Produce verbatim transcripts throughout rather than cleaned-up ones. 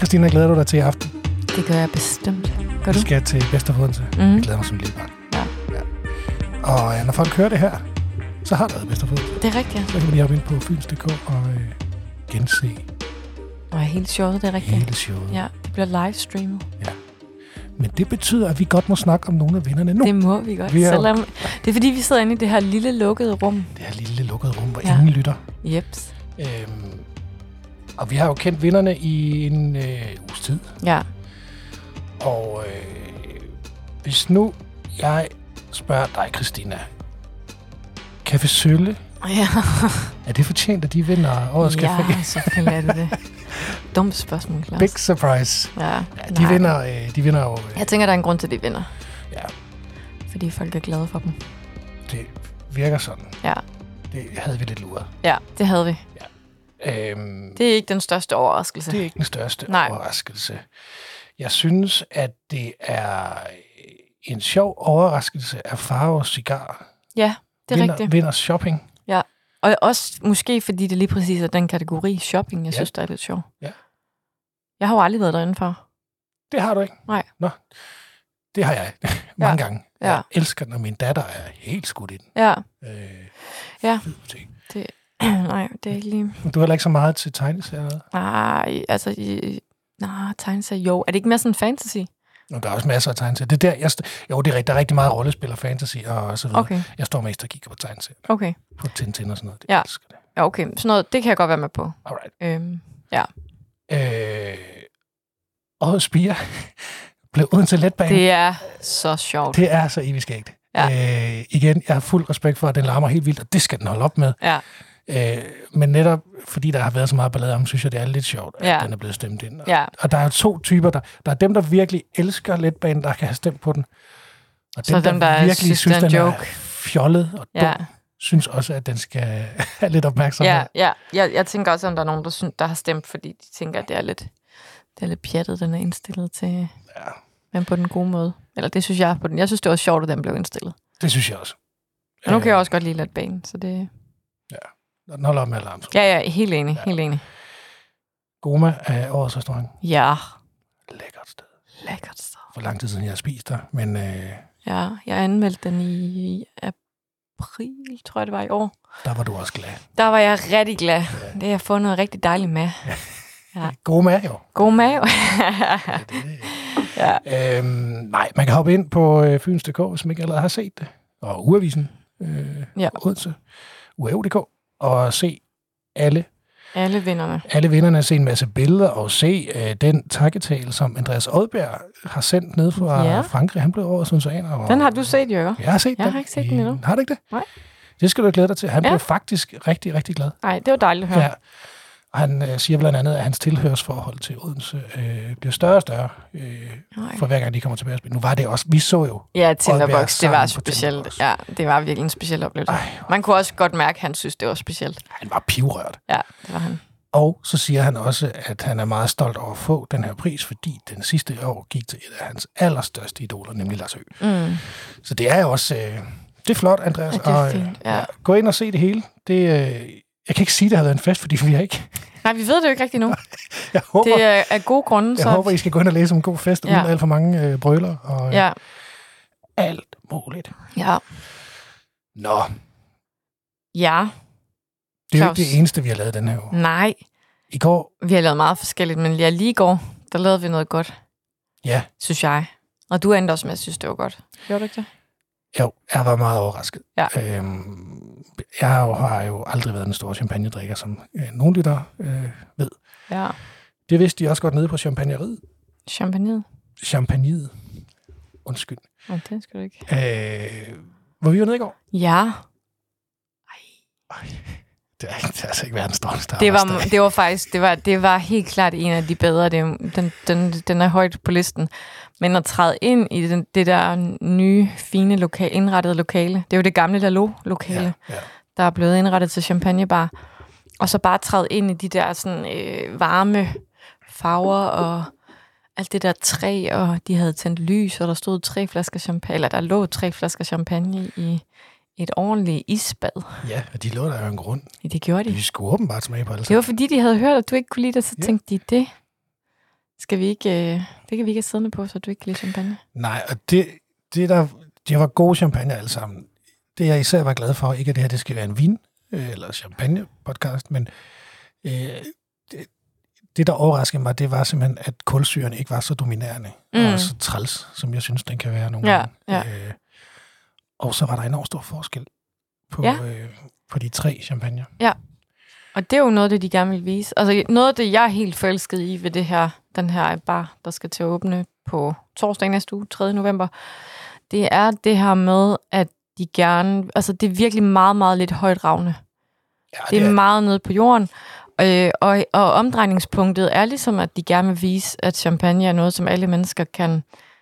Christina, glæder du dig til i aften? Det gør jeg bestemt. Gør du? Vi skal til Bedst af Odense. Mm. Jeg glæder mig som lille barn. Ja. Ja. Og når folk hører det her, så har der været Bedst af Odense. Det er rigtigt. Så kan man lige hoppe ind på fyns punktum d k og øh, gense Og hele showet, det er rigtigt. hele showet. Ja, det bliver livestreamet. Ja. Men det betyder, at vi godt må snakke om nogle af vinderne nu. Det må vi godt. Vi er... Selvom det er fordi, vi sidder inde i det her lille lukkede rum. Det her lille lukkede rum, hvor Ja. ingen lytter. Jeps. Øhm, og vi har jo kendt vinderne i en øh, uges tid. Ja. Og øh, hvis nu jeg spørger dig, Christina, Café Sølle, Ja. er det fortjent, at de vinder årets Ja, café? selvfølgelig er det det. Dumt spørgsmål, Claus. Big surprise. Ja. Ja, de, Nej. vinder, øh, de vinder jo... Øh, Jeg tænker, der er en grund til, at de vinder. ja, Fordi folk er glade for dem. det virker sådan. Ja. Det havde vi lidt luret. Ja, det havde vi. Øhm, Det er ikke den største overraskelse. det er ikke den største Nej. overraskelse. Jeg synes, at det er en sjov overraskelse af Faro Cigar. Ja, det er vinder, rigtigt. vinder shopping. Og også måske, fordi det lige præcis er den kategori shopping, jeg Ja. synes, der er lidt sjov. Ja. Jeg har jo aldrig været derinde for. Det har du ikke? Nej. Nå, det har jeg mange gange. Ja. Jeg elsker, når min datter er helt skudt i den. Ja. Øh, Ja. fed ting. Nej, det er ikke lige... Men du er heller ikke så meget til tegneserier? Nej, altså... I... Nej, tegneserier, jo. Er det ikke mere sådan fantasy? Nå, der er også masser af tegneserier. Det er der, jeg st- jo, det er rigtigt. Der er rigtig meget rollespil og fantasy og så videre. Okay, Jeg står mest og kigger på tegneserier. okay. På Tintin og sådan noget. Det Ja. elsker det. Ja, okay. Sådan noget, det kan jeg godt være med på. Alright. Øhm, Øh, og Spire blev Odense Letbane. Det, det er så sjovt. det er så evigt skægt. Ja. Øh, igen, jeg har fuld respekt for, at den larmer helt vildt, og det skal den holde op med. Ja, Øh, men netop fordi der har været så meget ballade om, synes jeg, det er lidt sjovt, at Ja. den er blevet stemt ind. Og, ja. og der er jo to typer. Der, der er dem, der virkelig elsker letbanen, der kan have stemt på den. Og Så dem, der virkelig synes, synes, det er en den joke. er fjollet og dum, Ja. synes også, at den skal have lidt opmærksomhed. Ja, ja. Jeg, jeg tænker også, om der er nogen, der, synes, der har stemt, fordi de tænker, at det er lidt, det er lidt pjattet, den er indstillet til, Ja, men på den gode måde. Eller det synes jeg på den. Jeg synes, det var sjovt, at den blev indstillet. det synes jeg også. Men nu kan jeg Øh, også godt lide letbanen, så det... Den holder op med alarm. Ja, ja, helt enig, Ja. helt enig. Goma er årets restaurant. Ja, Lækkert sted. lækkert så. For lang tid siden, jeg har spist der. Men øh, Ja, jeg anmeldte den i april, tror jeg det var i år. der var du også glad. Der var jeg rigtig glad. Det har jeg fået noget rigtig dejligt med. Ja. Goma jo. God mave. Det, det, Ja. Øhm, nej, man kan hoppe ind på øh, fyns punktum d k, hvis man ikke allerede har set det. Og Ugeavisen, øh, Ja. Odense, U A O punktum d k, og se alle, Alle vinderne. alle vinderne, se en masse billeder, og se øh, den takketale, som Andreas Odberg har sendt ned fra Ja. Frankrig. Han blev årets odenseaner. Og Den har du set, jo, ikke? jeg har set Jeg den. har ikke set i- den endnu. Har du ikke det? Nej. Det skal du glæde dig til. Han Ja. blev faktisk rigtig, rigtig glad. Nej, det var dejligt at høre. Ja. Og han øh, siger blandt andet, at hans tilhørsforhold til Odense øh, bliver større og større, øh, Nej. for hver gang de kommer tilbage at spille. Nu var det også, vi så jo. Ja, Tinderbox, det var sammen på specielt. Tinderbox. Ja, det var virkelig en speciel oplevelse. Ej, Man kunne også godt mærke, at han synes, det var specielt. han var pivrørt. Ja, det var han. Og så siger han også, at han er meget stolt over at få den her pris, fordi den sidste år gik til et af hans allerstørste idoler, nemlig Lars Høgh. Mm. Så det er jo også, øh, det er flot, Andreas. Ja, det er og, øh, fint, ja. Gå ind og se det hele. Det, øh, jeg kan ikke sige, at det har været en fest, fordi vi har ikke. Nej, vi ved det jo ikke rigtigt nu. Jeg håber, Det er af gode grunde. jeg Så... håber I skal gå ind og læse om en god fest, Ja. uden alt for mange øh, brøler og øh, Ja, alt muligt. ja, Nå, ja. det er jo Claus. ikke det eneste, vi har lavet den her uge. Nej, I går, vi har lavet meget forskelligt, men ja, lige i går, der lavede vi noget godt, ja, synes jeg. Og du endte også med at synes, det var godt. Gjorde du ikke det? jo, jeg var meget overrasket. Ja. Øhm, jeg har jo, har jo aldrig været en stor champagnedrikker, som øh, nogen lytter øh, ved. Ja. Det vidste de også godt nede på champagneriet. Champagne. Champagneriet. Undskyld. Oh, det skal du ikke. Øh, hvor vi var nede i går. Ja, Ej, det, er, det er altså ikke verdens dårligste det var, arbejdsdag. det var faktisk, det var, det var helt klart en af de bedre. Det, er- den, den, den er højt på listen. Men at træde ind i den, det der nye, fine, lokale, indrettede lokale, det er jo det gamle Lalo-lokale, Ja, ja. der er blevet indrettet til champagnebar. Og så bare træde ind i de der sådan, øh, varme farver og alt det der træ, og de havde tændt lys, og der stod tre flasker champagne, eller der lå tre flasker champagne i et ordentligt isbad. Ja, og de lå der jo en grund. Ja, det gjorde de. De skulle åbenbart smage på alle Det var fordi, de havde hørt, at du ikke kunne lide det, så Ja. tænkte de, det, Skal vi ikke... Øh, det kan vi ikke have siddende på, så du ikke kan lide champagne. Nej, og det, det der... Det var gode champagne alle sammen. Det jeg især var glad for, ikke at det her det skal være en vin- øh, eller champagne-podcast, men øh, det, det, der overraskede mig, det var simpelthen, at kulsyren ikke var så dominerende mm. og så træls, som jeg synes, den kan være nogle ja, gange. Ja. Øh, og så var der enormt stor forskel på, ja. øh, på de tre champagner. Ja, og det er jo noget, det de gerne vil vise. Altså noget af det, jeg er helt forelsket i ved det her, den her bar, der skal til at åbne på torsdag næste uge, tredje november, det er det her med, at de gerne... Altså, det er virkelig meget, meget lidt højt ravne. Ja, det, det er, er meget nede på jorden. Øh, og, og omdrejningspunktet er ligesom, at de gerne vil vise, at champagne er noget, som alle mennesker kan...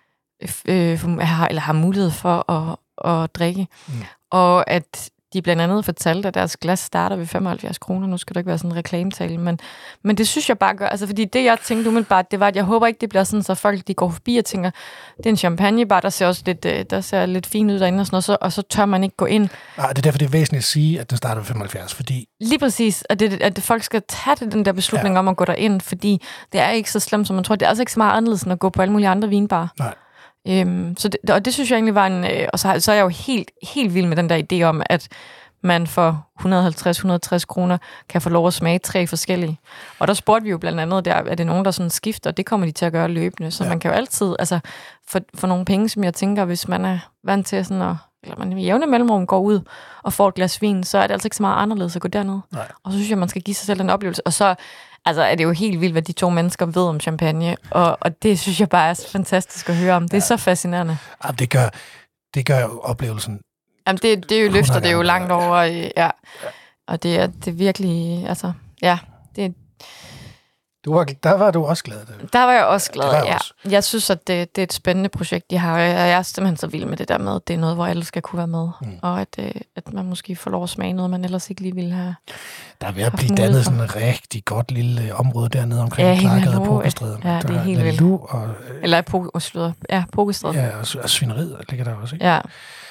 Øh, har, eller har mulighed for at, at drikke. Mm. Og at de blandt andet fortalte, at deres glas starter ved femoghalvfjerds kroner. Nu skal der ikke være sådan en reklametale, men, men det synes jeg bare gør. Altså, fordi det, jeg tænkte umiddelbart, det var, at jeg håber ikke, det bliver sådan, så folk de går forbi og tænker, det er en champagnebar, der ser også lidt, der ser lidt fint ud derinde og sådan noget, så, og så tør man ikke gå ind. Nej, det er derfor, det er væsentligt at sige, at den starter ved femoghalvfjerds, fordi... Lige præcis, at, det, at folk skal tage det, den der beslutning ja. om at gå derind, fordi det er ikke så slemt, som man tror. Det er altså ikke så meget anderledes, end at gå på alle mulige andre vinbarer. Nej. Øhm, så det, og det synes jeg egentlig var en... Øh, og så, så er jeg jo helt, helt vild med den der idé om, at man for et hundrede og halvtreds til et hundrede og tres kroner kan få lov at smage tre forskellige. Og der spurgte vi jo blandt andet, der, er det nogen, der sådan skifter, og det kommer de til at gøre løbende. Så ja. man kan jo altid, altså for, for nogle penge, som jeg tænker, hvis man er vant til sådan at, eller man i jævne mellemrum går ud og får et glas vin, så er det altså ikke så meget anderledes at gå derned. Nej. Og så synes jeg, man skal give sig selv en oplevelse. Og så altså, er det jo helt vildt, hvad de to mennesker ved om champagne, og, og det synes jeg bare er så fantastisk at høre om. Det er ja. så fascinerende. Ja, det gør, det gør jo oplevelsen. Jamen, det, det er jo løfter, det er jo langt over, ja. ja. Og det er, det er virkelig, altså, ja. Det, du var, der var du også glad. Der, der var jeg også glad, jeg ja. Også. Jeg synes, at det, det er et spændende projekt, de har, og jeg er simpelthen så vild med det der med, det er noget, hvor alle skal kunne være med, mm. og at, at man måske får lov at smage noget, man ellers ikke lige ville have. Der er ved at blive dannet sådan et rigtig godt lille område dernede omkring ja, Clarkade og Pokerstræden. Ja, det er helt vildt. Og, Eller Pokerstræden. Ja, Pokerstræden. Ja, og, og Svineriet ligger der også, ikke? Ja.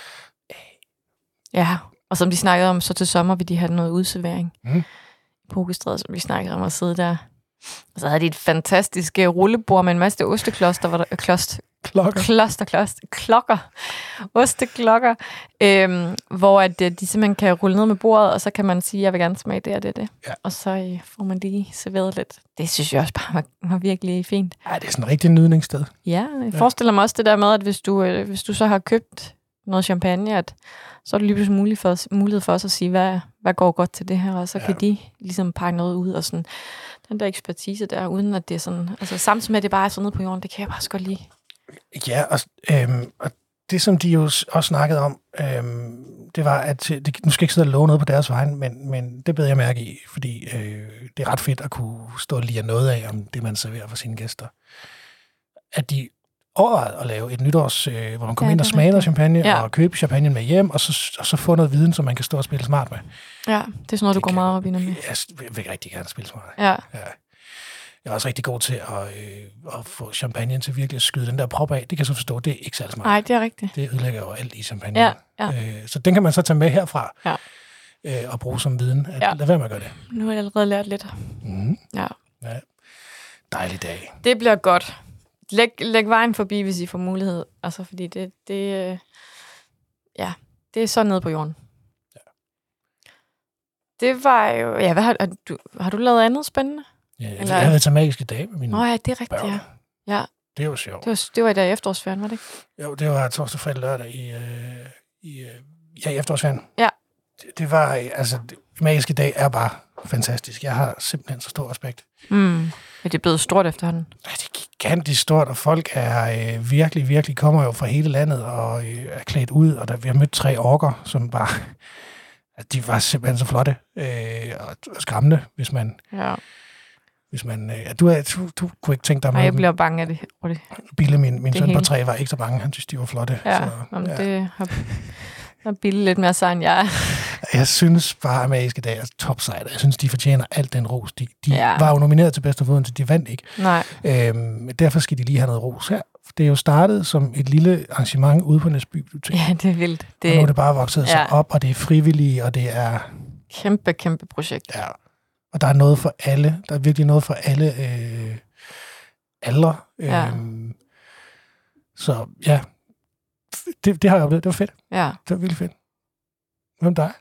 Ja, og som de snakkede om, så til sommer vil de have noget udservering. Mm. Pokerstrædet, som vi snakkede om at sidde der. Og så havde de et fantastisk uh, rullebord med en masse ostekloster, hvor der, uh, klost, klokker. kloster, kloster, klokker, osteklokker, øhm, hvor at, uh, de simpelthen kan rulle ned med bordet, og så kan man sige, jeg vil gerne smage det og det, det. Ja. Og så uh, får man lige serveret lidt. Det synes jeg også bare var, var virkelig fint. Ja, det er sådan en rigtig nydningssted. Ja, jeg ja. forestiller mig også det der med, at hvis du, uh, hvis du så har købt noget champagne, at så er det lige pludselig mulighed for, os, mulighed for os at sige, hvad, hvad går godt til det her, og så ja. kan de ligesom pege noget ud, og sådan den der ekspertise der, uden at det er sådan, altså samtidig med, at det bare er sådan nede på jorden, det kan jeg bare så godt lide. Ja, og, øhm, og det som de jo også snakkede om, øhm, det var, at det, nu skal jeg ikke sidde og love noget på deres vejen, men, men det beder jeg mærke i, fordi øh, det er ret fedt at kunne stå og lide noget af, om det man serverer for sine gæster. At de overvejet at lave et nytårs, øh, hvor man kommer ja, ind og smager noget champagne, ja. og købe champagne med hjem, og så, og så få noget viden, som man kan stå og spille smart med. Ja, det er sådan noget, du går meget op i nemlig. Jeg vil rigtig gerne spille smart. Ja. ja. Jeg er også rigtig god til at, øh, at få champagne til virkelig at skyde den der prop af. Det kan jeg så forstå, det er ikke særlig smart. Nej, det er rigtigt. Det ødelægger jo alt i champagne. Ja, ja. Øh, så den kan man så tage med herfra ja. øh, og bruge som viden. At, ja. Lad være med at gøre det. Nu har jeg allerede lært lidt. Mm. Ja. ja. Dejlig dag. Det bliver godt. Læg, læg vejen forbi, hvis I får mulighed. Altså, fordi det, det, øh, ja, det er så nede på jorden. Ja. Det var jo... Ja, hvad har, har, du, har du lavet andet spændende? Ja, jeg, jeg har været til magiske dage med mine Nå ja, det er rigtigt, ja. ja. Det var sjovt. Det var, det var i dag efterårsferien, var det ikke? Jo, det var torsdag, fredag, lørdag i, øh, i, øh, ja, i efterårsferien. Ja. Det, det var... Altså, det, magiske dag er bare fantastisk. Jeg har simpelthen så stor respekt. Mm. Er det blevet stort efterhånden? Ja, det er gigantisk stort, og folk er øh, virkelig, virkelig kommer jo fra hele landet og øh, er klædt ud, og der, vi har mødt tre orker, som bare, at de var simpelthen så flotte øh, og skræmmende, hvis man, ja. hvis man, øh, du, du, du kunne ikke tænke dig med. Nej, jeg bliver bange af det. det. Bille, min, min søn på tre var ikke så bange, han synes, de var flotte. Ja, så, jamen, ja. det har, har Bille lidt mere sej end jeg. Jeg synes bare, at Magiske Dage er topsejt. Jeg synes, de fortjener alt den ros. De, de ja. var jo nomineret til bedste foden, så de vandt ikke. Nej. Øhm, derfor skal de lige have noget ros her. Det er jo startet som et lille arrangement ude på Næsby Bibliotek. Ja, det er vildt. Det... Og nu er det bare vokset ja. sig op, og det er frivillige, og det er... Kæmpe, kæmpe projekt. Ja, og der er noget for alle. Der er virkelig noget for alle, øh, aldre. Ja. Øhm, så ja, det, det har jeg oplevet. Det var fedt. Ja. Det var virkelig fedt. Hvem dig?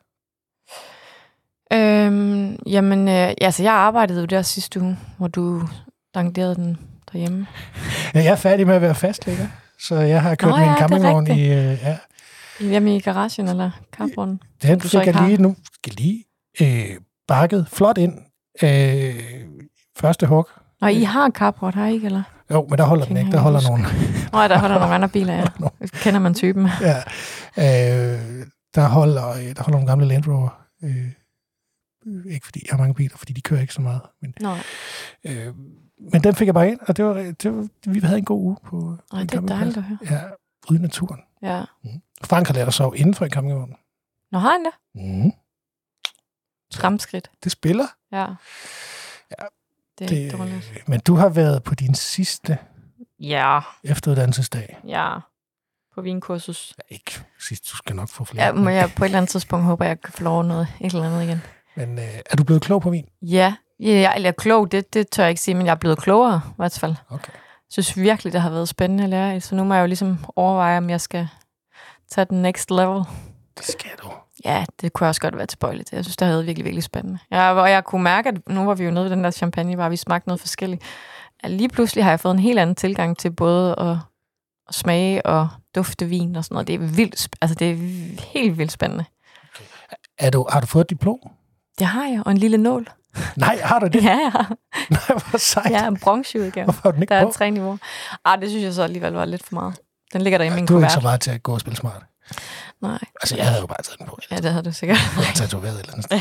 Øhm, jamen, øh, altså, jeg arbejdede jo der sidste uge, hvor du rangerede den derhjemme. Ja, jeg er færdig med at være fastlægger, så jeg har kørt Nå, min ja, det er campingvogn i... rigtigt. Øh, ja. Hjemme i garagen, eller carporten? Den du så fik ikke jeg lige har. nu. Skal lige øh, bakket flot ind. Øh, første hug. Nå, I har carport, har I ikke, eller? Jo, men der holder den Kan ikke. jeg Der ikke holder huske. nogen. Nå, der holder nogle andre biler, ja. Kender man typen? Ja. Øh, der, holder, øh, der holder nogle gamle Land Rover. Øh, ikke fordi jeg har mange biler, fordi de kører ikke så meget. Men, Nå, øh, men den fik jeg bare ind, og det var, det var, vi havde en god uge på Ej, en det er campingplads. dejligt at høre. Ja, ude i naturen. Ja. Mm. Frank har lært at sove inden for en campingvogn. Nå, har han det? Mm. Fremskridt. Det spiller. Ja. Ja, Det er Det, ikke dårligt. men du har været på din sidste Ja, efteruddannelsesdag. ja. På vinkursus. Ja, ikke sidst, du skal nok få flere. Ja, men jeg på et eller andet tidspunkt håber, jeg kan få lov noget, et eller andet igen. Men øh, er du blevet klog på vin? Ja, ja jeg er klog, det, det tør jeg ikke sige, men jeg er blevet klogere, i hvert fald. Okay. Jeg synes virkelig, det har været spændende at lære i, så nu må jeg jo ligesom overveje, om jeg skal tage den next level. Det skal du. Ja, det kunne også godt være tilbøjeligt. Jeg synes, det har været virkelig, virkelig spændende. Ja, og jeg kunne mærke, at nu var vi jo nede ved den der champagne, hvor vi smagte noget forskelligt. At lige pludselig har jeg fået en helt anden tilgang til både at, at smage og dufte vin og sådan noget. Det er vildt, sp- altså det er helt vildt spændende. Er du, har du fået et diplom? Det har jeg, og en lille nål. Nej, har du det? Ja, ja. Nej, hvor sejt. Ja, en bronzeudgave. Hvorfor har du den ikke Der er på? tre niveauer. Ah, det synes jeg så alligevel var lidt for meget. Den ligger der i Ja, min du er ikke kuvert. så meget til at gå og spille smart. Nej. Altså, jeg havde jo bare taget den på. Ja, det havde du sikkert. Jeg har tatoveret et eller andet sted.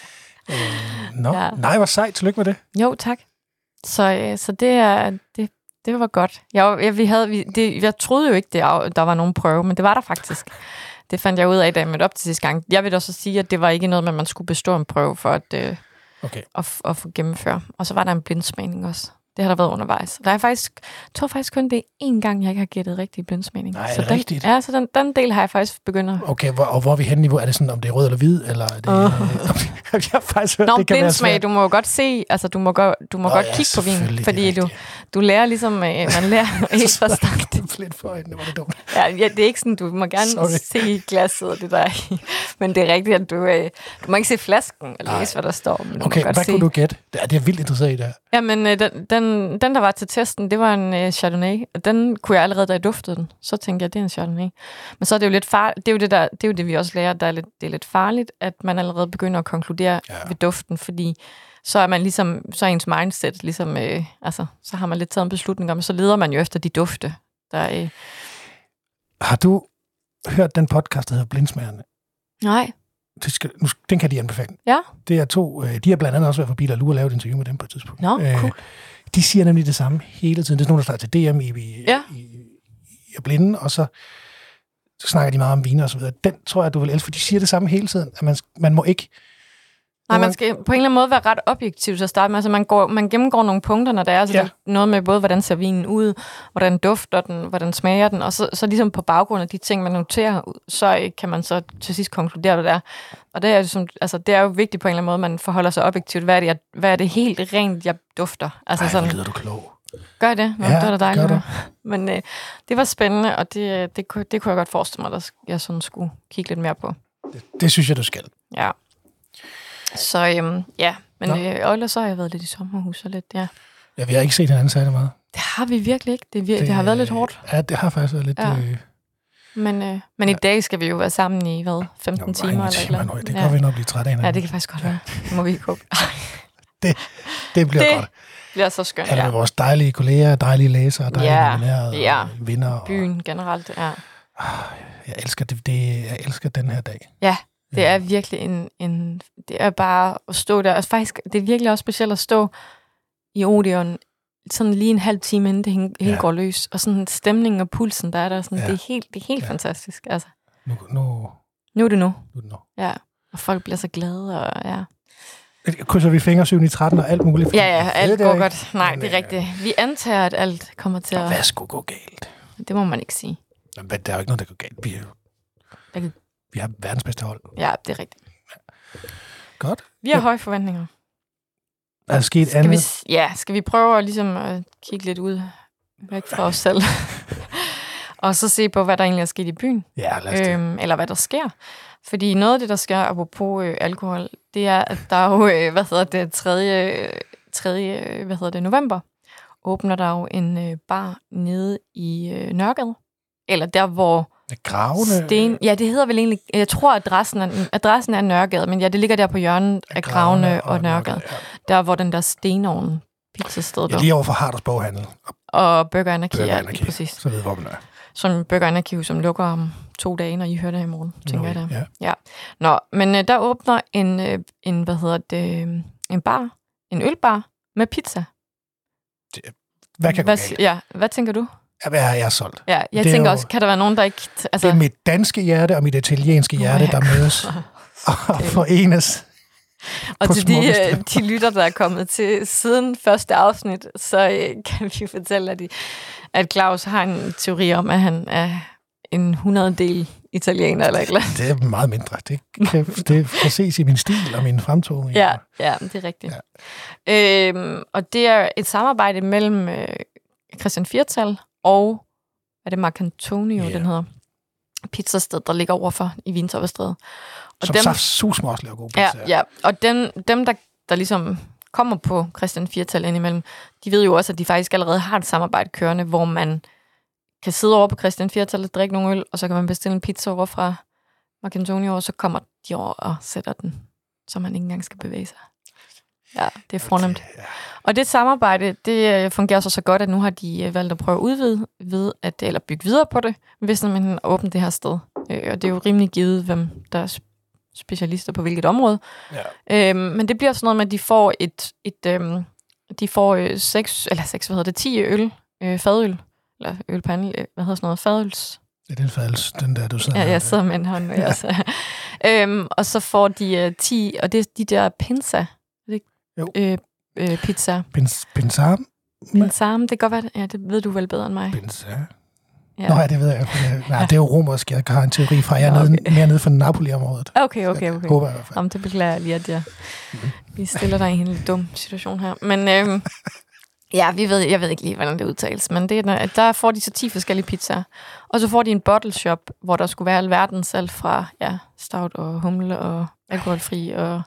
øh, Nå, Ja. nej, hvor sejt. Tillykke med det. Jo, tak. Så, øh, så det, er, det, det var godt. Jeg, jeg, vi havde, vi, det, jeg troede jo ikke, det, der var nogen prøve, men det var der faktisk. Det fandt jeg ud af, da jeg mødte op til sidste gang. Jeg vil også sige, at det var ikke noget med, at man skulle bestå en prøve for at, øh, Okay. at, at få gennemføre. Og så var der en blindsmagning også. Det har der været undervejs. Der er faktisk, jeg tror faktisk kun, det er én gang, jeg ikke har gættet rigtig blindsmagning. Nej, er så det den, rigtigt? Ja, så den, den del har jeg faktisk begyndt at... Okay, hvor, og hvor er vi henne niveau? Er det sådan, om det er rød eller hvid? Eller er det, Åh. jeg har faktisk hørt, Nå, det kan være blindsmag, svært. du må jo godt se, altså du må, go, du må Nå, godt ja, kigge på vin, selvfølgelig, fordi det er du, rigtigt. du lærer ligesom, øh, man lærer helt fra start. Lidt for øjnene, var det dumt. Ja, ja, det er ikke sådan, du må gerne Sorry. se glasset og det der er i. Men det er rigtigt, at du, øh, du må ikke se flasken, eller Nej. læse, hvad der står. Men du Okay, må godt hvad se. kunne du gætte? Det er, det er vildt interesseret i det her. Jamen, øh, den, den, den, der var til testen, det var en øh, Chardonnay. Og den kunne jeg allerede, da jeg duftede den. Så tænkte jeg, det er en Chardonnay. Men så er det jo lidt farligt. Det er jo det, der, det, er jo det vi også lærer, der er lidt, det er lidt farligt, at man allerede begynder at konkludere Ja. ja. ved duften, fordi så er man ligesom, så er ens mindset ligesom, øh, altså, så har man lidt taget en beslutning om, så leder man jo efter de dufte, der øh, Har du hørt den podcast, der hedder Blindsmagerne? nej, Det skal, nu, den kan de anbefale. ja, Det er to, øh, de har blandt andet også været forbi og Lue og lavet et interview med dem på et tidspunkt. nå, cool. De siger nemlig det samme hele tiden. Det er sådan nogle, der starter til D M i, i, Ja. i, i at blinde, og så, så snakker de meget om viner og så videre. Den tror jeg, du vil elske, for de siger det samme hele tiden, at man, man må ikke... Nej, man skal på en eller anden måde være ret objektiv til at starte med. Altså, man, går, man gennemgår nogle punkter, når der er, altså, Ja. det er noget med både, hvordan ser vinen ud, hvordan dufter den, hvordan smager den, og så, så ligesom på baggrund af de ting, man noterer, så øh, kan man så til sidst konkludere det der. Og det er, jo som, altså, det er jo vigtigt på en eller anden måde, man forholder sig objektivt. Hvad er det, jeg, hvad er det helt rent, jeg dufter? Altså, Ej, hvor sådan, lyder du klog. gør det? Nå, Ja, det var da dejligt. gør at høre. Men øh, det var spændende, og det, det, kunne- det kunne jeg godt forestille mig, at jeg sådan skulle kigge lidt mere på. Det, det synes jeg, du skal. Ja. Så øhm, ja, men Nå. øh, ellers så har jeg været lidt i sommerhus og lidt, ja. Ja, vi har ikke set hinanden særlig meget. Det har vi virkelig ikke. Det, er vir- det, det har været lidt hårdt. Ja, det har faktisk været lidt... Ja. Øh, Men, øh, men ja. i dag skal vi jo være sammen i, hvad, femten jo, timer? mange Eller timer eller nu. Det ja. kan godt være, at blive træt af hinanden. Ja, det kan faktisk godt være. Det må vi ikke håbe. det, det bliver Det godt. bliver så skønt, Alle ja. vores dejlige kolleger, dejlige læsere, dejlige Ja, nominerede, ja. og vinder. Og, Byen generelt, ja. jeg elsker det, det. Jeg elsker den her dag. Ja, det er virkelig en, en... Det er bare at stå der. Og faktisk, det er virkelig også specielt at stå i Odeon sådan lige en halv time, inden det hele Ja. går løs. Og sådan stemningen og pulsen, der er der. Sådan, Ja. det er helt, det er helt Ja. fantastisk. Altså, Nu, nu, nu er det nu. nu er det nu. Ja, og folk bliver så glade, og ja. Krydser vi fingre syv i tretten og alt muligt? Ja, ja, alt Det er går ikke- godt. Nej, Men, det er øh, rigtigt. Vi antager, at alt kommer til Og at... hvad skulle gå galt? Det må man ikke sige. Men der er jo ikke noget, der går galt. Vi, er jo, Jeg kan- vi har verdens bedste hold. Ja, det er rigtigt. Godt. Vi har Ja. høje forventninger. Er der sket skal andet? Vi, ja, skal vi prøve at, ligesom, at kigge lidt ud væk fra os selv? Og så se på, hvad der egentlig er sket i byen. Ja, lad os det. Øhm, eller hvad der sker. Fordi noget af det, der sker, apropos øh, alkohol, det er, at der er jo, øh, hvad hedder det, tredje, tredje hvad hedder det, november, åbner der jo en øh, bar nede i øh, Nørregade. Eller der, hvor Gravene? Sten, ja, det hedder vel egentlig, jeg tror, adressen er, adressen er Nørregade, men ja, det ligger der på hjørnet af Gravene og, og Nørregade. Ja. Der, hvor den der stenovn pizzasted ja, lige over for Harders Boghandel. Og Burger Anarchy, Burger ja, Anarchy. præcis. Så ved hvor man er. Som Burger Anarchy, som lukker om to dage, når I hører det i morgen, tænker okay, jeg der. Ja. ja. Nå, men øh, der åbner en, øh, en, hvad hedder det, en bar, en ølbar med pizza. Det, hvad kan hvad, gå galt? Ja, hvad tænker du? Ja, jeg er solgt. Ja, jeg det tænker jo, også, kan der være nogen, der ikke... Altså, det er mit danske hjerte og mit italienske hjerte, oh, ja. der mødes og okay. forenes. Og til de, de lytter, der er kommet til siden første afsnit, så øh, kan vi fortælle, at, de, at Claus har en teori om, at han er en hundreddel italiener eller ikke. Det er meget mindre. Det kan, det kan ses i min stil og min fremtoning. Ja, ja, det er rigtigt. Ja. Øhm, og det er et samarbejde mellem øh, Christian Firtal og, hvad er det, Marcantonio, yeah. den hedder, pizzasted, der ligger overfor i Vintopperstræde. Og som saft sus må også lave god pizza. Ja, ja. Og dem, dem der, der ligesom kommer på Christian Firtal indimellem, de ved jo også, at de faktisk allerede har et samarbejde kørende, hvor man kan sidde over på Christian Firtal og drikke nogle øl, og så kan man bestille en pizza over fra Marcantonio, og så kommer de over og sætter den, så man ikke engang skal bevæge sig. Ja, det er fornemt. Okay, ja. Og det samarbejde, det fungerer så så godt, at nu har de valgt at prøve at udvide, ved at, eller bygge videre på det, hvis man åbner det her sted. Og det er jo rimelig givet, hvem der er specialister på hvilket område. Ja. Øhm, men det bliver sådan noget med, at de får et, et øhm, de får øh, seks, eller seks, hvad hedder det, ti øl, øh, fadøl, eller ølpandel, øh, hvad hedder sådan noget, fadøls. Det er den fadøls, den der, du sidder Ja, jeg sidder med en hånd, ja. også. øhm, og så får de øh, ti, og det er de der pinza, det, øh, øh, pizza. Pins, pinsam? Pinsam, det kan godt være, ja, det ved du vel bedre end mig. Pinza. Ja. Nå ja, det ved jeg. Nej, det er jo romersk. Jeg har en teori fra, jeg er okay. nede, mere nede for Napoli-området. Okay, okay, okay. Håber jeg i hvert fald. Jamen, det beklager jeg lige, at jeg vi stiller dig i en lidt dum situation her. Men øhm, ja, vi ved, jeg ved ikke lige, hvordan det udtales, men det er, der får de så ti forskellige pizzaer. Og så får de en bottle shop, hvor der skulle være alverdens alt fra ja, stout og humle og alkoholfri og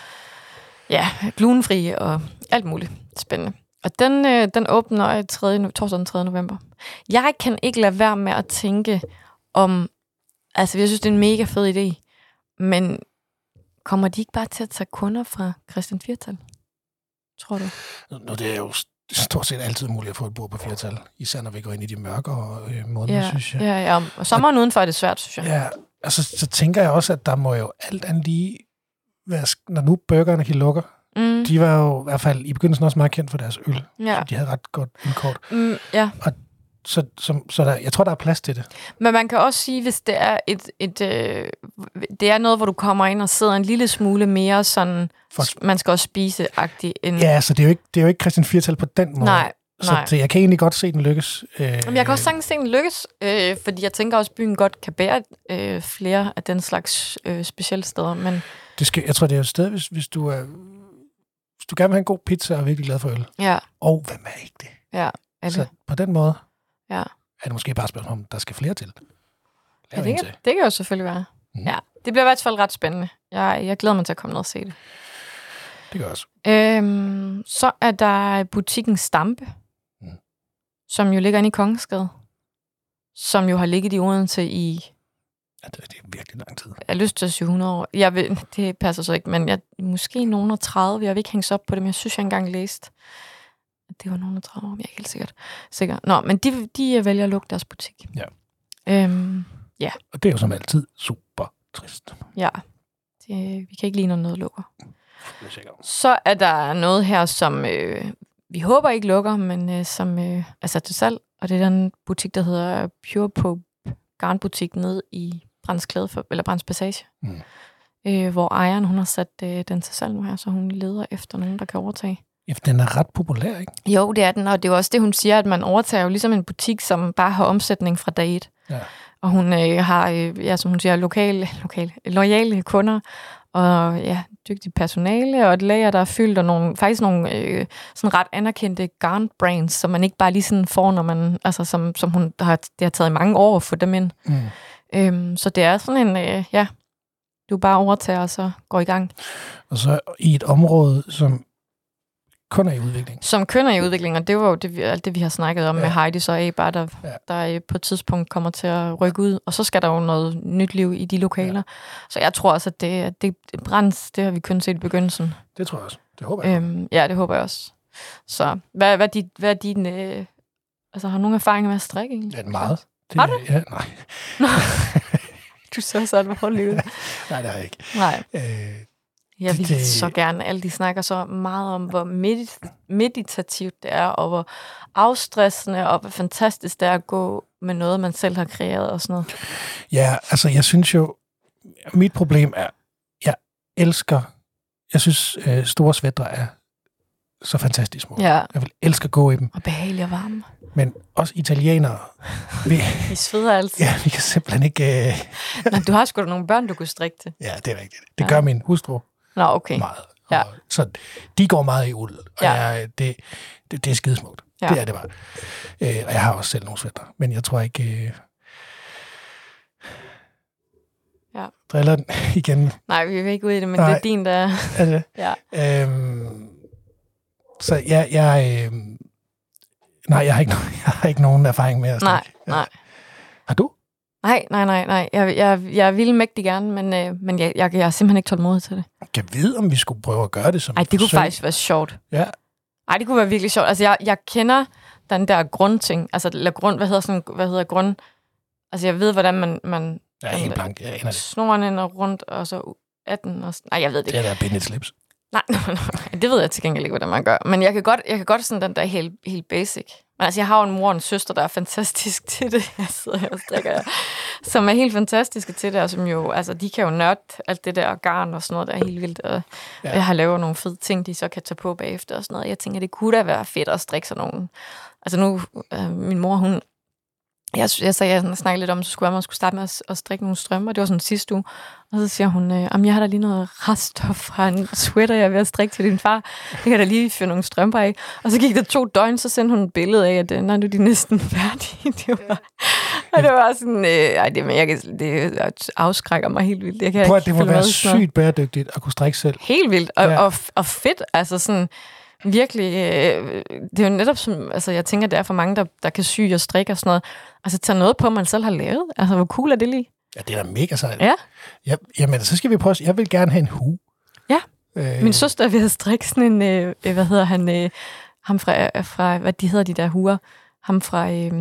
ja, glutenfri og alt muligt spændende. Og den, øh, den åbner tredje, torsdag den tredje november. Jeg kan ikke lade være med at tænke om... Altså, jeg synes, det er en mega fed idé. Men kommer de ikke bare til at tage kunder fra Christian Firtal? Tror du? Nå, det er jo stort set altid muligt at få et bord på Firtal. Især når vi går ind i de mørkere øh, måneder, ja, synes jeg. Ja, ja. Og sommeren og, udenfor er det svært, synes jeg. Ja, altså, så tænker jeg også, at der må jo alt andet lige... Være, når nu burgerne kan lukker, Mm. De var jo i hvert fald i begyndelsen også meget kendt for deres øl. Ja. De havde ret godt indkort. Mm, ja. Og så, så, så der, jeg tror, der er plads til det. Men man kan også sige, hvis det er et, et øh, det er noget, hvor du kommer ind og sidder en lille smule mere sådan, for, man skal også spise-agtigt. End... Ja, så det er jo ikke, det er jo ikke Christian Firtal på den måde. Nej. Så, så jeg kan egentlig godt se den lykkes. Øh, Jamen, jeg kan også sagtens se den lykkes, øh, fordi jeg tænker også, at byen godt kan bære øh, flere af den slags øh, specielle steder. Men det skal, jeg tror, det er et sted, hvis, hvis du er... Hvis du gerne vil have en god pizza og er virkelig glad for øl. Ja. Og hvem er ikke det? Ja, er det? Så på den måde ja. er det måske bare et spørgsmål om, der skal flere til. Ja, det, kan, det kan jo selvfølgelig være. Mm. Ja, det bliver i hvert fald ret spændende. Jeg, jeg glæder mig til at komme ned og se det. Det gør også. Øhm, så er der butikken Stampe, mm. som jo ligger inde i Kongensgade, som jo har ligget i Odense i... Ja, det er virkelig lang tid. Jeg har lyst til at sige hundrede år. Jeg vil, det passer så ikke, men jeg, måske nogen og tredive. Jeg vil ikke hænge så op på det, men jeg synes, jeg engang læste, at det var nogen og tredive år. Jeg er ikke helt sikkert. sikker. Nå, men de, de vælger at lukke deres butik. Ja. Øhm, ja. Og det er jo som altid super trist. Ja. Det, vi kan ikke lide, når noget lukker. Så er der noget her, som øh, vi håber ikke lukker, men øh, som øh, er sat til salg. Og det er den butik, der hedder Pure Pope Garnbutik nede i Brands Klæde, eller Brands Passage, mm. øh, hvor ejeren, hun har sat øh, den til salg nu her, så hun leder efter nogen, der kan overtage. Ja, den er ret populær, ikke? Jo, det er den, og det er også det, hun siger, at man overtager jo ligesom en butik, som bare har omsætning fra dag et. Ja. Og hun øh, har, øh, ja, som hun siger, lokale, lokale, loyale kunder, og ja, dygtigt personale, og et lager, der er fyldt, og nogle, faktisk nogle øh, sådan ret anerkendte garn brands, som man ikke bare lige sådan får, når man, altså som, som hun har, det har taget mange år at få dem ind. Mm. Øhm, så det er sådan en, øh, ja, du bare overtager, og så går i gang. Og så i et område, som kun er i udvikling. Som kun er i udvikling, og det var jo det, alt det, vi har snakket om ja. med Heidi, så er bare der, ja. der på et tidspunkt kommer til at rykke ud, og så skal der jo noget nyt liv i de lokaler. Ja. Så jeg tror også, at det, det brænds, det har vi kun set i begyndelsen. Det tror jeg også. Det håber jeg. Øhm, ja, det håber jeg også. Så hvad, hvad, er dit, hvad er din... Øh, altså, har du nogen erfaringer med at strikke egentlig? Ja, meget. Det, har du? Ja, nej. Du så sådan på livet. Nej, det har jeg ikke. Nej. Øh, Jeg vil det, så gerne, alle de snakker så meget om, hvor medit- meditativt det er, og hvor afstressende, og hvor fantastisk det er at gå med noget, man selv har kreeret og sådan noget. Ja, altså jeg synes jo, mit problem er, jeg elsker, jeg synes øh, store sweatre er så fantastisk små. Ja. Jeg vil elske at gå i dem. Og behagelige og varme. Men også italienere. Vi, vi sveder altid. Ja, vi kan simpelthen ikke... Øh... Nej, du har sgu da nogle børn, du kunne strikke til. Ja, det er rigtigt. Det ja. gør min hustru. Nå, okay. Meget. Ja. Og, så de går meget i uld, og ja. jeg, det, det, det er skidesmukt. Ja. Det er det bare. Øh, og jeg har også selv nogle sweatre, men jeg tror ikke... Øh... Ja. Driller den igen. Nej, vi vil ikke ud i det, men Nej. det er din, der... Er det? ja. Øhm, så jeg... jeg øh... Nej, jeg har, ikke, jeg har ikke nogen erfaring med at strikke. Nej, nej. Har du? Nej, nej, nej, nej. Jeg, jeg, jeg ville mægtig gerne, men, øh, men jeg, jeg, jeg er simpelthen ikke tålmodig til det. Kan vide, om vi skulle prøve at gøre det som Ej, det kunne forsøg? faktisk være sjovt. Ja. Ej, det kunne være virkelig sjovt. Altså, jeg, jeg kender den der grundting. Altså, eller grund, hvad hedder sådan, hvad hedder grund? Altså, jeg ved, hvordan man... man jeg er helt blank. Jeg det. Snoren ender rundt, og så atten og... Nej, jeg ved det ikke. Det er der bindet slips. Nej, nej, nej, det ved jeg til gengæld ikke, hvordan man gør. Men jeg kan godt, jeg kan godt sådan den der helt, helt basic. Men altså, jeg har jo en mor og en søster, der er fantastisk til det. Jeg sidder her og strikker, som er helt fantastiske til det, og som jo, altså, de kan jo nørde alt det der garn og sådan noget, der er helt vildt. Og ja. Jeg har lavet nogle fede ting, de så kan tage på bagefter og sådan noget. Jeg tænker, det kunne da være fedt at strikke sådan nogle. Altså nu, øh, min mor, hun... Jeg, jeg sagde, jeg snakkede lidt om, så skulle jeg, man skulle starte med at, at strikke nogle strømper. Det var sådan sidste uge. Og så siger hun, øh, jeg har da lige noget reststof fra en sweater, jeg er ved at strikke til din far. Det kan da lige fyre nogle strømper af. Og så gik der to døgn, så sendte hun et billede af, at nej, nu er de næsten færdige. Det var, og det var sådan, øh, ej, det, jeg kan, det afskrækker mig helt vildt. Jeg kan Prøv ikke at det må være sygt bæredygtigt at kunne strikke selv. Helt vildt. Og, ja. og, og fedt. Altså sådan... Virkelig, øh, det er jo netop som, altså jeg tænker, det er for mange, der, der kan sy og strikke og sådan noget. Altså tage noget på, man selv har lavet. Altså, hvor cool er det lige? Ja, det er da mega sejt. Ja. ja. Jamen, så skal vi prøve, jeg vil gerne have en hue. Ja. Øh. Min søster er ved at strikke sådan en, øh, hvad hedder han, øh, ham fra, fra, hvad de hedder de der huer? Ham fra øh,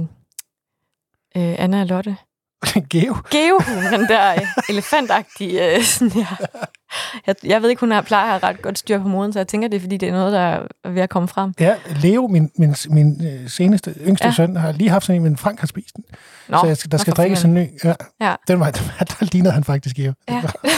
øh, Anna og Lotte. Geo. Geo, den der øh, elefantagtige, øh, sådan, ja. Jeg, jeg ved ikke, hun har, plejer at have ret godt styr på moden, så jeg tænker, det er, fordi det er noget, der er ved at komme frem. Ja, Leo, min, min, min øh, seneste, yngste ja. søn, har lige haft sådan en, men Frank har spist den. Nå, så jeg, der skal drikkes en ny. Ja. Ja. Den var, der lignede han faktisk Geo. Ja.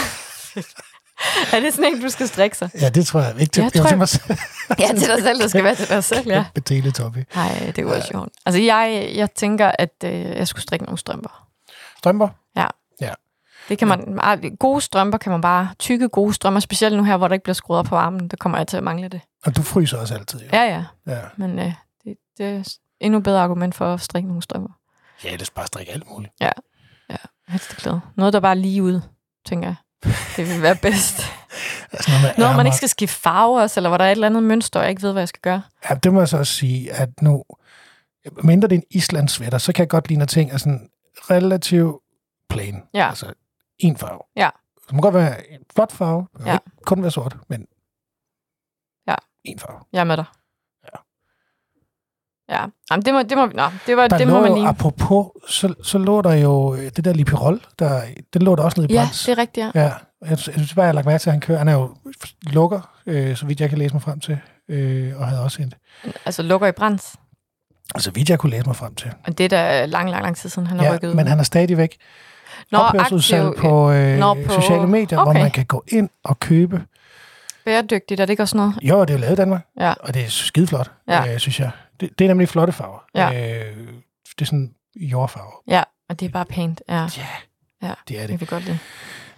Er det sådan en, du skal strikke sig? Ja, det tror jeg. Ikke til, jeg tror, til mig selv. Ja, til dig selv. Det skal være til dig selv, ja. Betale toppe. Nej, det var ja. sjovt. Altså, jeg, jeg tænker, at øh, jeg skulle strikke nogle strømper. Strømper? Ja. Ja. Det kan man, gode strømper kan man bare, tykke gode strømper, specielt nu her, hvor der ikke bliver skruet op på varmen, der kommer jeg til at mangle det. Og du fryser også altid, jo. Ja, ja. ja. Men øh, det, det er endnu bedre argument for at strikke nogle strømper. Ja, ellers bare strikke alt muligt. Ja, ja. Helst glæde. Noget, der bare er lige ud, tænker jeg. Det vil være bedst. Altså, noget, noget man ikke skal skifte farver også, eller hvor der er et eller andet mønster, og jeg ikke ved, hvad jeg skal gøre. Ja, det må jeg så også sige, at nu, mindre det er en islandssweater, så kan jeg godt lide, når ting er sådan relativt plain. Ja. Altså, en farve. Ja. Det må godt være en flot farve. Det ja. ikke kun være sort, men ja. en farve. Jeg er med dig. Ja. Ja. Jamen, det må, det må, nå, det var, der det lå, må man lige... Apropos, så, så lå der jo det der Lipirol, der, den lå der også nede i Brans. Ja, det er rigtigt, ja. Ja. Jeg, jeg synes bare, jeg har lagt mærke til, at han kører. Han er jo lukker, øh, så vidt jeg kan læse mig frem til, øh, og havde også en... Altså lukker i Brans? Altså vidt jeg kunne læse mig frem til. Og det er da lang, lang, lang tid siden, han har ja, rykket ud. men han er stadigvæk ophørsudsalg på, øh, Nå, på sociale medier, okay. hvor man kan gå ind og købe. Bæredygtigt, er det ikke også noget? Jo, det er jo lavet i Danmark, ja. og det er skideflot, ja. øh, synes jeg. Det, det er nemlig flotte farver. Ja. Øh, det er sådan jordfarver. Ja, og det er bare pænt. Ja, ja ja. det er det. Jeg vil godt lide.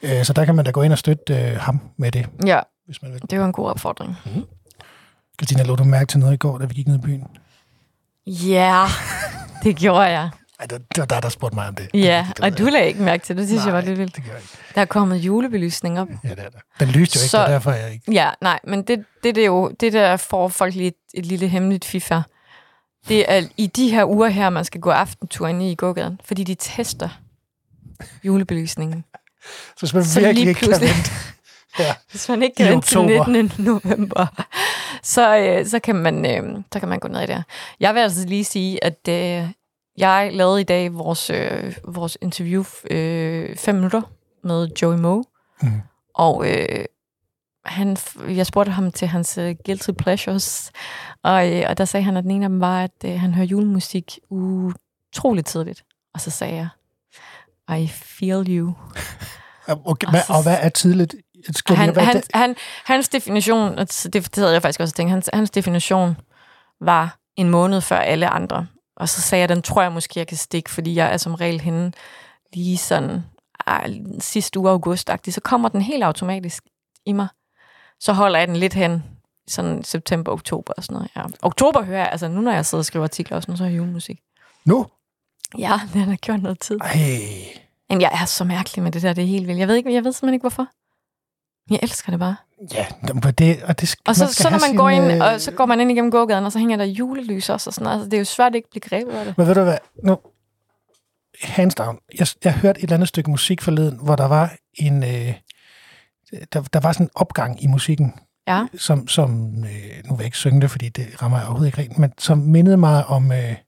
Øh, så der kan man da gå ind og støtte øh, ham med det. Ja, hvis man vil. Det var en god opfordring. Mm-hmm. Christina, lå du mærke til noget i går, da vi gik ned i byen? Ja, yeah, det gjorde jeg. Ej, det var dig, der spurgte mig om det. Ja, det, det, og du lagde ikke mærke til det. Det synes nej, jeg var lidt vildt. Det gør jeg ikke. Der er kommet julebelysning op. Ja, det er der. Den lyste jo ikke, så, derfor er jeg ikke. Ja, nej, men det, det, det er jo det, der får folk lige et, et lille hemmeligt fifa. Det er i de her uger her, man skal gå aftentur inde i gågaden, fordi de tester julebelysningen. Så hvis man så virkelig ikke kan vente. Ja. Hvis man ikke kan vente til nittende november, så, øh, så, kan man, øh, så kan man gå ned i det. Jeg vil altså lige sige, at øh, jeg lavede i dag vores, øh, vores interview øh, fem minutter med Joey Moe, mm. og øh, han, jeg spurgte ham til hans uh, guilty pleasures, og, øh, og der sagde han, at den ene af dem var, at øh, han hører julemusik utroligt tidligt. Og så sagde jeg, I feel you. Okay, og, så, og hvad er tidligt? Skal han, han, det? Han, hans definition, det, det havde jeg faktisk også tænkt, hans, hans definition var en måned før alle andre. Og så sagde jeg, den tror jeg måske, jeg kan stikke, fordi jeg er som regel henne lige sådan ah, sidste uge august-agtig. Så kommer den helt automatisk i mig. Så holder jeg den lidt hen, sådan september, oktober og sådan noget. Ja. Oktober hører jeg, altså nu når jeg sidder og skriver artikler og sådan noget, så hører jeg julemusik. Nu? Ja, den har gjort noget tid. Ej. Jamen, jeg er så mærkelig med det der, det er helt vildt. Jeg ved, ikke, jeg ved simpelthen ikke, hvorfor. Jeg elsker det bare. Ja, det, og det skal, og så, man så når man sin, går ind, og så går man ind igennem gågaden, og så hænger der julelys også, og sådan noget. Altså, det er jo svært at ikke blive grebet af det. Men ved du hvad, nu, hands down, jeg, jeg hørte et eller andet stykke musik forleden, hvor der var en, øh, der, der var sådan en opgang i musikken, ja. som, som øh, nu vil jeg ikke synge det, fordi det rammer jeg overhovedet ikke rent, men som mindede mig om, øh, øh,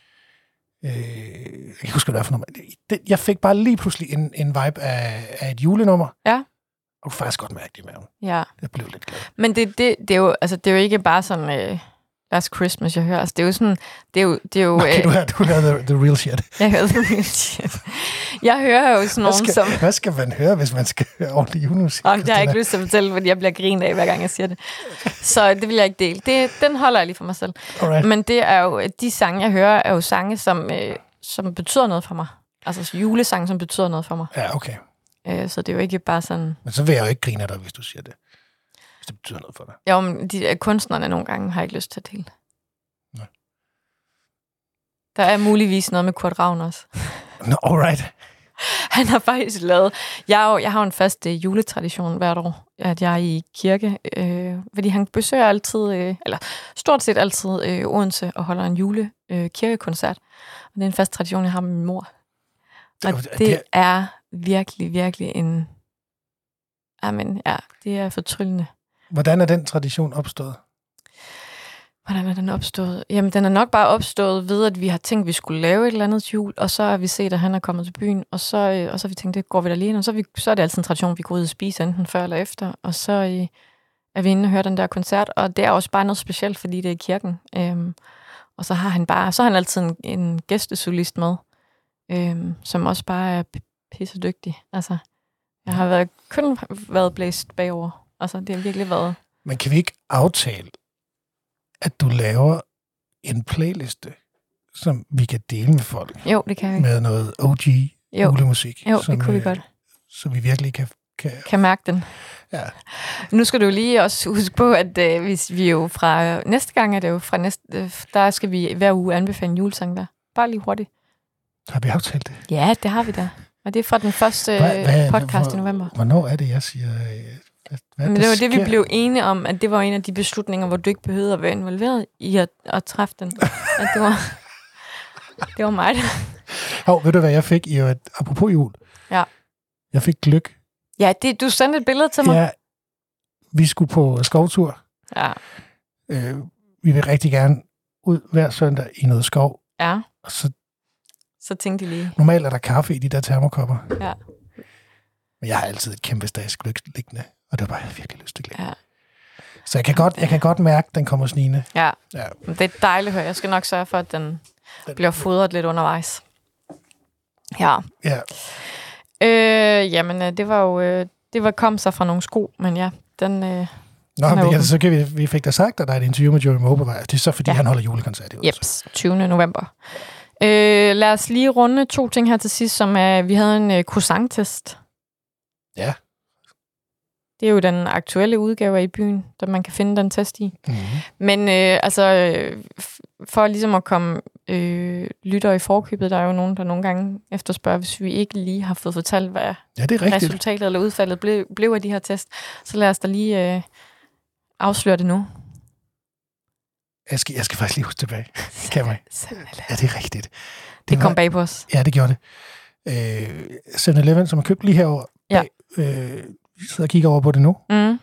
jeg kan huske, hvad det er for nummer. Det, jeg fik bare lige pludselig en, en vibe af, af et julenummer. Ja. Og du faktisk godt mærke det i maven. Ja. Jeg blev lidt glad. Men det, det, det, er, jo, altså, det er jo ikke bare sådan, uh, Last Christmas, jeg hører. Altså, det er jo sådan, det er jo... Det er jo okay, uh, du hører, du hører the, the real shit. Jeg hører the real shit. Jeg hører jo sådan nogen, skal, som... Hvad skal man høre, hvis man skal høre ordentlig julemusik? Jamen, det har jeg ikke lyst til at fortælle, fordi jeg bliver grinet af, hver gang jeg siger det. Så det vil jeg ikke dele. Det, den holder jeg lige for mig selv. Alright. Men det er jo... De sange, jeg hører, er jo sange, som, øh, som betyder noget for mig. Altså julesange, som betyder noget for mig. Ja, okay. Så det er jo ikke bare sådan... Men så vil jeg jo ikke grine af dig, hvis du siger det. Hvis det betyder noget for dig. Jo, men de kunstnerne nogle gange har ikke lyst til at dele. Nej. Der er muligvis noget med Kurt Ravn også. No, alright. Han har faktisk lavet... Jeg, er jo, jeg har jo en fast uh, juletradition hvert år, at jeg er i kirke. Øh, fordi han besøger altid, øh, eller stort set altid, øh, Odense og holder en julekirkekoncert. Øh, og det er en fast tradition, jeg har med min mor. Og det, det, det er virkelig, virkelig en... Amen, ja, det er fortryllende. Hvordan er den tradition opstået? Hvordan er den opstået? Jamen, den er nok bare opstået ved, at vi har tænkt, at vi skulle lave et eller andet jul, og så har vi set, at han er kommet til byen, og så, øh, og så har vi tænkt, det går vi da lige ind, og så er, vi, så er det altid en tradition, at vi går ud og spiser, enten før eller efter, og så øh, er vi inde og hører den der koncert, og det er også bare noget specielt, fordi det er i kirken. Øhm, og så har han bare, så har han altid en, en gæstesolist med, øhm, som også bare er pisse dygtig. Altså, jeg har været, kun været blæst bagover. Altså, det har virkelig været... Men kan vi ikke aftale, at du laver en playliste, som vi kan dele med folk? Jo, det kan vi. Med noget O G julemusik. Jo, som, det kunne vi øh, godt. Så vi virkelig kan... Kan, kan mærke den. Ja. Nu skal du lige også huske på, at øh, hvis vi jo fra... Næste gang er det jo fra næste... Øh, der skal vi hver uge anbefale en julesang der. Bare lige hurtigt. Har vi aftalt det? Ja, det har vi da. Og det er fra den første hvad, hvad, podcast hvor, i november. Hvornår er det, jeg siger... Hvad, hvad Men det var det, vi blev enige om, at det var en af de beslutninger, hvor du ikke behøvede at være involveret i at, at træffe den. At det var, det var mig, der... Hov, ved du, hvad jeg fik i et... Apropos jul. Ja. Jeg fik gløgg. Ja, det, du sendte et billede til mig. Ja, vi skulle på skovtur. Ja. Øh, vi vil rigtig gerne ud hver søndag i noget skov. Ja. Og så, så tænkte de lige. Normalt er der kaffe i de der termokopper. Ja. Men jeg har altid et kæmpe stads gløgg liggende, og det var bare, jeg virkelig lyst til gløgg. Ja. Så jeg kan, godt, jeg kan godt mærke, at den kommer snigende. Ja. Ja. Det er dejligt at høre. Jeg skal nok sørge for, at den, den bliver fodret lidt undervejs. Ja. Ja. Øh, jamen, det var jo... Øh, det var kom så fra nogle sko, men ja, den... Øh, Nå, den men kan, så kan vi, vi fik da sagt, at der er et interview med Joey Moe på vej. Det er så, fordi ja. han holder julekoncert i Odense. Jeps, tyvende november. Øh, lad os lige runde to ting her til sidst, som er, vi havde en øh, croissant-test. Ja. Det er jo den aktuelle udgave i byen, der man kan finde den test i. Mm-hmm. Men øh, altså, øh, for ligesom at komme øh, lytter i forkøbet, der er jo nogen, der nogle gange efterspørger, hvis vi ikke lige har fået fortalt, hvad ja, det er rigtigt. resultatet eller udfaldet blev, blev af de her test. Så lad os da lige øh, afsløre det nu. Jeg skal, jeg skal faktisk lige huske tilbage. Kan man? Ja, det er rigtigt. Det, det kom var, bag på os. Ja, det gjorde det. Øh, seven eleven, som er købt lige herovre, ja. bag, øh, vi sidder og kigger over på det nu, mm.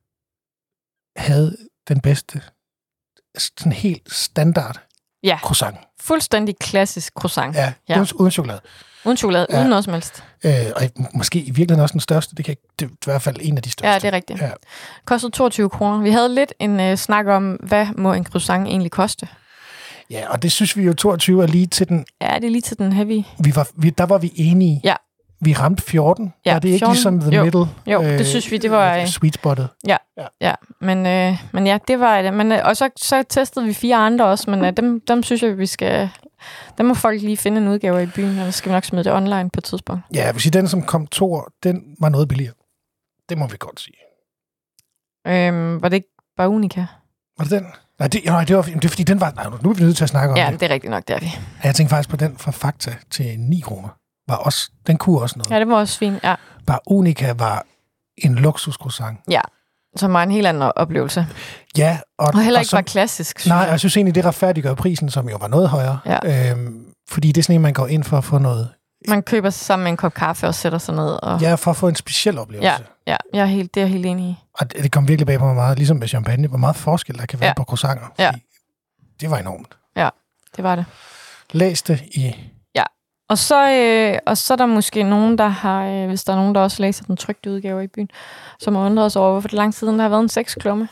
havde den bedste, sådan helt standard ja. croissant. Fuldstændig klassisk croissant. Ja, ja. Uden, uden chokolade. Uden chokolade, ja. Uden noget som helst. Øh, og måske i virkeligheden også den største. Det, kan, det er i hvert fald en af de største. Ja, det er rigtigt. Ja. Kostede toogtyve kroner. Vi havde lidt en uh, snak om, hvad må en croissant egentlig koste? Ja, og det synes vi jo toogtyve er lige til den... Ja, det er lige til den heavy. Vi var, vi, der var vi enige. Ja. Vi ramte fjorten. Ja, er det ikke fjorten? ligesom the jo. middle? Jo, øh, det synes vi, det var... Øh, sweet spottet. Ja, ja. ja. Men, øh, men ja, det var det. Men, øh, og så, så testede vi fire andre også, men øh, dem, dem synes jeg, vi skal... Der må folk lige finde en udgave i byen, og så skal vi nok smide det online på et tidspunkt. Ja, hvis den, som kom to år, den var noget billigere. Det må vi godt sige. Øhm, var det ikke bare Unica? Var det den? Nej, det, nej, det var det er, fordi den var... Nej, nu er vi nødt til at snakke om ja, det. Ja, det er rigtigt nok, det er vi. Ja, jeg tænkte faktisk på den fra Fakta til ni kroner. Var også, den kunne også noget. Ja, det var også fint, ja. Bare Unica var en luksuscroissant. Ja, som var en helt anden oplevelse. Ja, og, og heller og ikke som, var klassisk. Nej, og jeg synes egentlig, det retfærdiggør prisen, som jo var noget højere. Ja. Øhm, fordi det er sådan en, man går ind for at få noget... Man køber sig sammen med en kop kaffe og sætter sig ned. Og... Ja, for at få en speciel oplevelse. Ja, ja jeg er helt, det er jeg helt enig i. Og det, det kom virkelig bag på mig meget, ligesom med champagne, hvor meget forskel der kan være ja. på croissanter. Ja. Det var enormt. Ja, det var det. Læs det i... Ja, og så, øh, og så er der måske nogen, der har, øh, hvis der er nogen, der også læser den trykte udgave i byen, som har undret os over, hvorfor det lang siden der har været en sexklumme.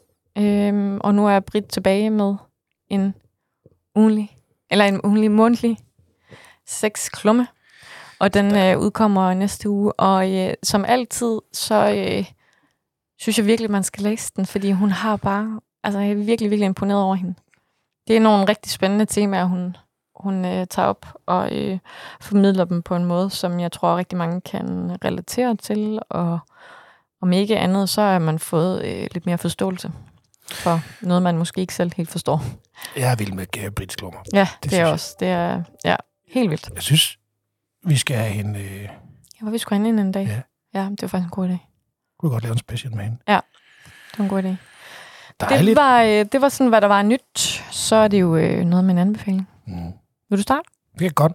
Øhm, og nu er Britt tilbage med en ugenlig, eller en ugenlig månedlig sexklumme. Og den øh, udkommer næste uge, og øh, som altid, så øh, synes jeg virkelig, man skal læse den, fordi hun har bare, altså jeg er virkelig, virkelig imponeret over hende. Det er nogle rigtig spændende temaer, hun, hun øh, tager op og øh, formidler dem på en måde, som jeg tror rigtig mange kan relatere til, og om ikke andet, så har man fået øh, lidt mere forståelse for noget, man måske ikke selv helt forstår. Jeg er vild med Britt Klummer. Ja, det, det er også. Det er ja, helt vildt. Jeg synes, vi skal have hende... Øh... Ja, vi skulle have hende en dag. Ja. Ja, det var faktisk en god idé. Kunne godt lave en special med hende. Ja, det var en god idé. Dejligt. Det var, øh, det var sådan, hvad der var nyt. Så er det jo øh, noget med en anbefaling. Mm. Vil du starte? Det er godt.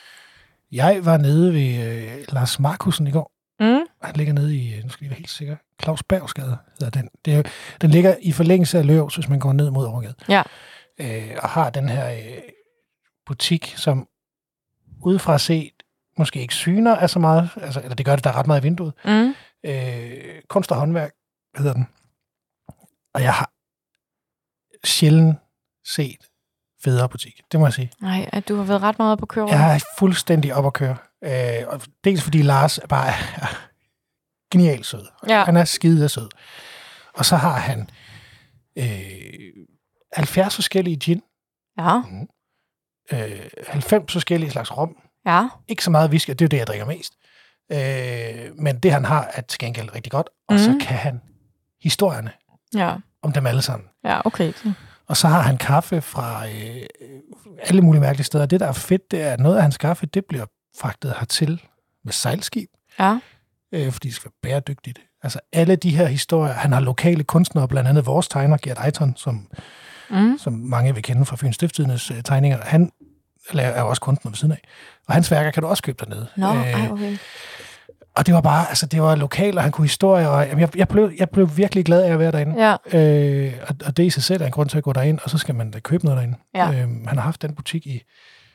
Jeg var nede ved øh, Lars Markusen i går. Mm. Han ligger nede i, nu skal jeg være helt sikker, Claus Bergsgade hedder den. Det er, den ligger i forlængelse af Løvs, hvis man går ned mod Overgade. Ja. Øh, og har den her øh, butik, som udefra set måske ikke syner af så meget, altså, eller det gør det, der er ret meget i vinduet. Mm. Øh, kunst og håndværk hedder den. Og jeg har sjældent set federe butik, det må jeg sige. Nej, at du har været ret meget op at køre. Jeg er fuldstændig op at køre. Øh, og dels fordi Lars er bare er genial sød. Ja. Han er skide sød. Og så har han øh, halvfjerds forskellige gin. Ja. Mm. Øh, halvfems forskellige slags rom. Ja. Ikke så meget whisky, det er jo det, jeg drikker mest. Øh, men det, han har, er til gengæld rigtig godt. Og mm. så kan han historierne ja. om dem alle sammen. Ja, okay. Og så har han kaffe fra øh, alle mulige mærkelige steder. Det, der er fedt, det er, at noget af hans kaffe, det bliver fragtet hertil med sejlskib. Ja. Øh, fordi det skal være bæredygtigt. Altså alle de her historier, han har lokale kunstnere, blandt andet vores tegner, Gert Eiton, som, mm. som mange vil kende fra Fyns Stiftstidendes øh, tegninger. Han er jo også kunstner ved siden af. Og hans værker kan du også købe dernede. Nå, øh, okay. Og det var bare, altså det var lokalt, og han kunne historier, og jamen, jeg, jeg, blev, jeg blev virkelig glad af at være derinde. Ja. Øh, og, og det i sig selv er en grund til at gå derind, og så skal man da købe noget derinde. Ja. Øh, han har haft den butik i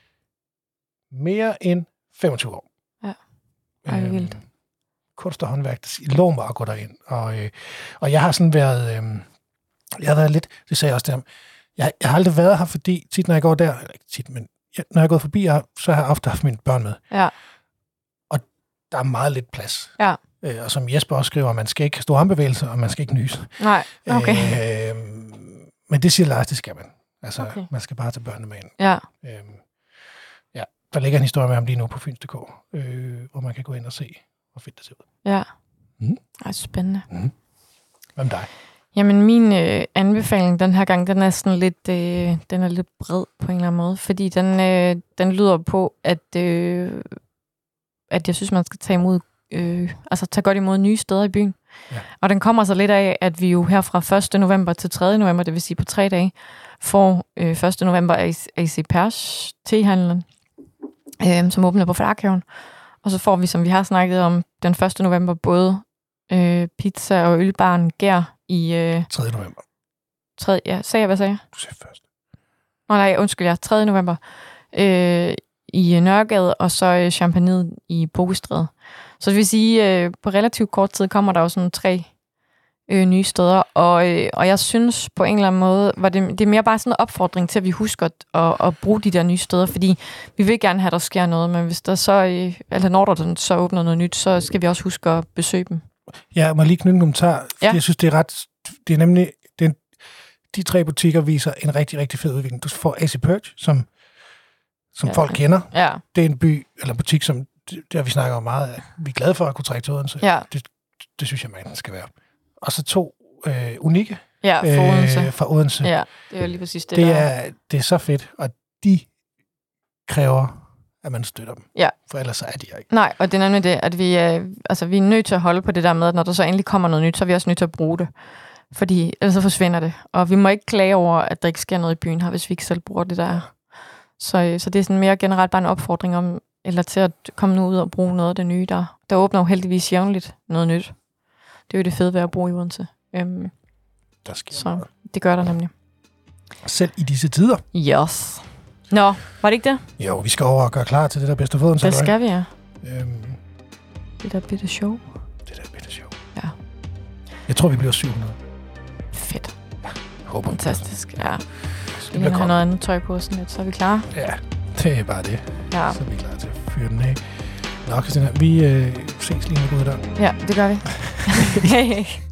mere end femogtyve år. Ja, ej, øh, vildt. Kunst og håndværk, det lå mig at gå derind. Og, øh, og jeg har sådan været, øh, jeg har været lidt, det sagde jeg også til ham, jeg, jeg har aldrig været her, fordi tit når jeg går der, eller ikke tit, men jeg, når jeg er gået forbi her, så har jeg ofte haft mine børn med. Ja. Der er meget lidt plads. Ja. Øh, og som Jesper også skriver, man skal ikke have store armbevægelser, og man skal ikke nyse. Nej, okay. Øh, men det siger Lars, det skal man. Altså, okay. Man skal bare tage børnene med ind. Ja. Øh, ja. Der ligger en historie med ham lige nu på Fyns punktum d k, øh, hvor man kan gå ind og se, hvor fedt det ser ud. Ja. Mm. Ej, spændende. Mm. Hvad med dig? Jamen, min øh, anbefaling den her gang, den er sådan lidt, øh, den er lidt bred på en eller anden måde, fordi den, øh, den lyder på, at, øh, at jeg synes, man skal tage imod, øh, altså tage godt imod nye steder i byen. Ja. Og den kommer så lidt af, at vi jo her fra første november til tredje november, det vil sige på tre dage, får øh, første november A C Pers tehandlen, øh, som åbner på Flakhaven. Og så får vi, som vi har snakket om, den første november både øh, pizza og ølbaren Gær i... Øh, tredje november. tredje, ja, sagde jeg, hvad sagde jeg? Du sagde først. Nå nej, undskyld, ja, tredje november øh, i Nørregade, og så øh, Champagne i Bogestræde. Så det vil sige, øh, på relativt kort tid kommer der jo sådan tre øh, nye steder, og, øh, og jeg synes på en eller anden måde, var det, det er mere bare sådan en opfordring til, at vi husker at, at, at bruge de der nye steder, fordi vi vil gerne have, at der sker noget, men hvis der så, øh, eller når der så åbner noget nyt, så skal vi også huske at besøge dem. Ja, må lige knytte en kommentar, fordi ja. Jeg synes, det er ret, det er nemlig, det er, de tre butikker viser en rigtig, rigtig fed udvikling. Du får A C Purge, som, som ja. folk kender. Ja. Det er en by, eller en butik, som, det har vi snakket om meget, at vi er glade for at kunne trække til Odense. Ja. Det, det synes jeg, man skal være. Og så to øh, unikke ja, fra Odense. Øh, fra Odense. Ja, det er jo lige præcis det, det der er. Det er så fedt, og de kræver, at man støtter dem. Ja. For ellers er de ikke. Nej, og det er nemlig det, at vi er, altså, vi er nødt til at holde på det der med, at når der så endelig kommer noget nyt, så er vi også nødt til at bruge det. Fordi ellers så forsvinder det. Og vi må ikke klage over, at der ikke sker noget i byen her, hvis vi ikke selv bruger det der. Så, så det er sådan mere generelt bare en opfordring om, eller til at komme nu ud og bruge noget af det nye der. Der åbner jo heldigvis jævnligt noget nyt. Det er jo det fede ved at bruge i Odense. Øhm, der sker så noget. Det gør der nemlig. Selv i disse tider. Yes. Nå, var det ikke det? Jo, vi skal over og gøre klar til det der bedste foden. Det skal vi, ja. Øhm, det der bitte show. Det der bitte show. Ja. Jeg tror, vi bliver syv hundrede. Fedt. Ja, håber. Fantastisk, ja. Vi kan have noget andet tøj på sådan lidt, så er vi klar. Ja, det er bare det. Ja. Så er vi klar til at fyre den af. Nå, Christina, vi øh, ses lige med gode dør. Ja, det gør vi. Hej, hej.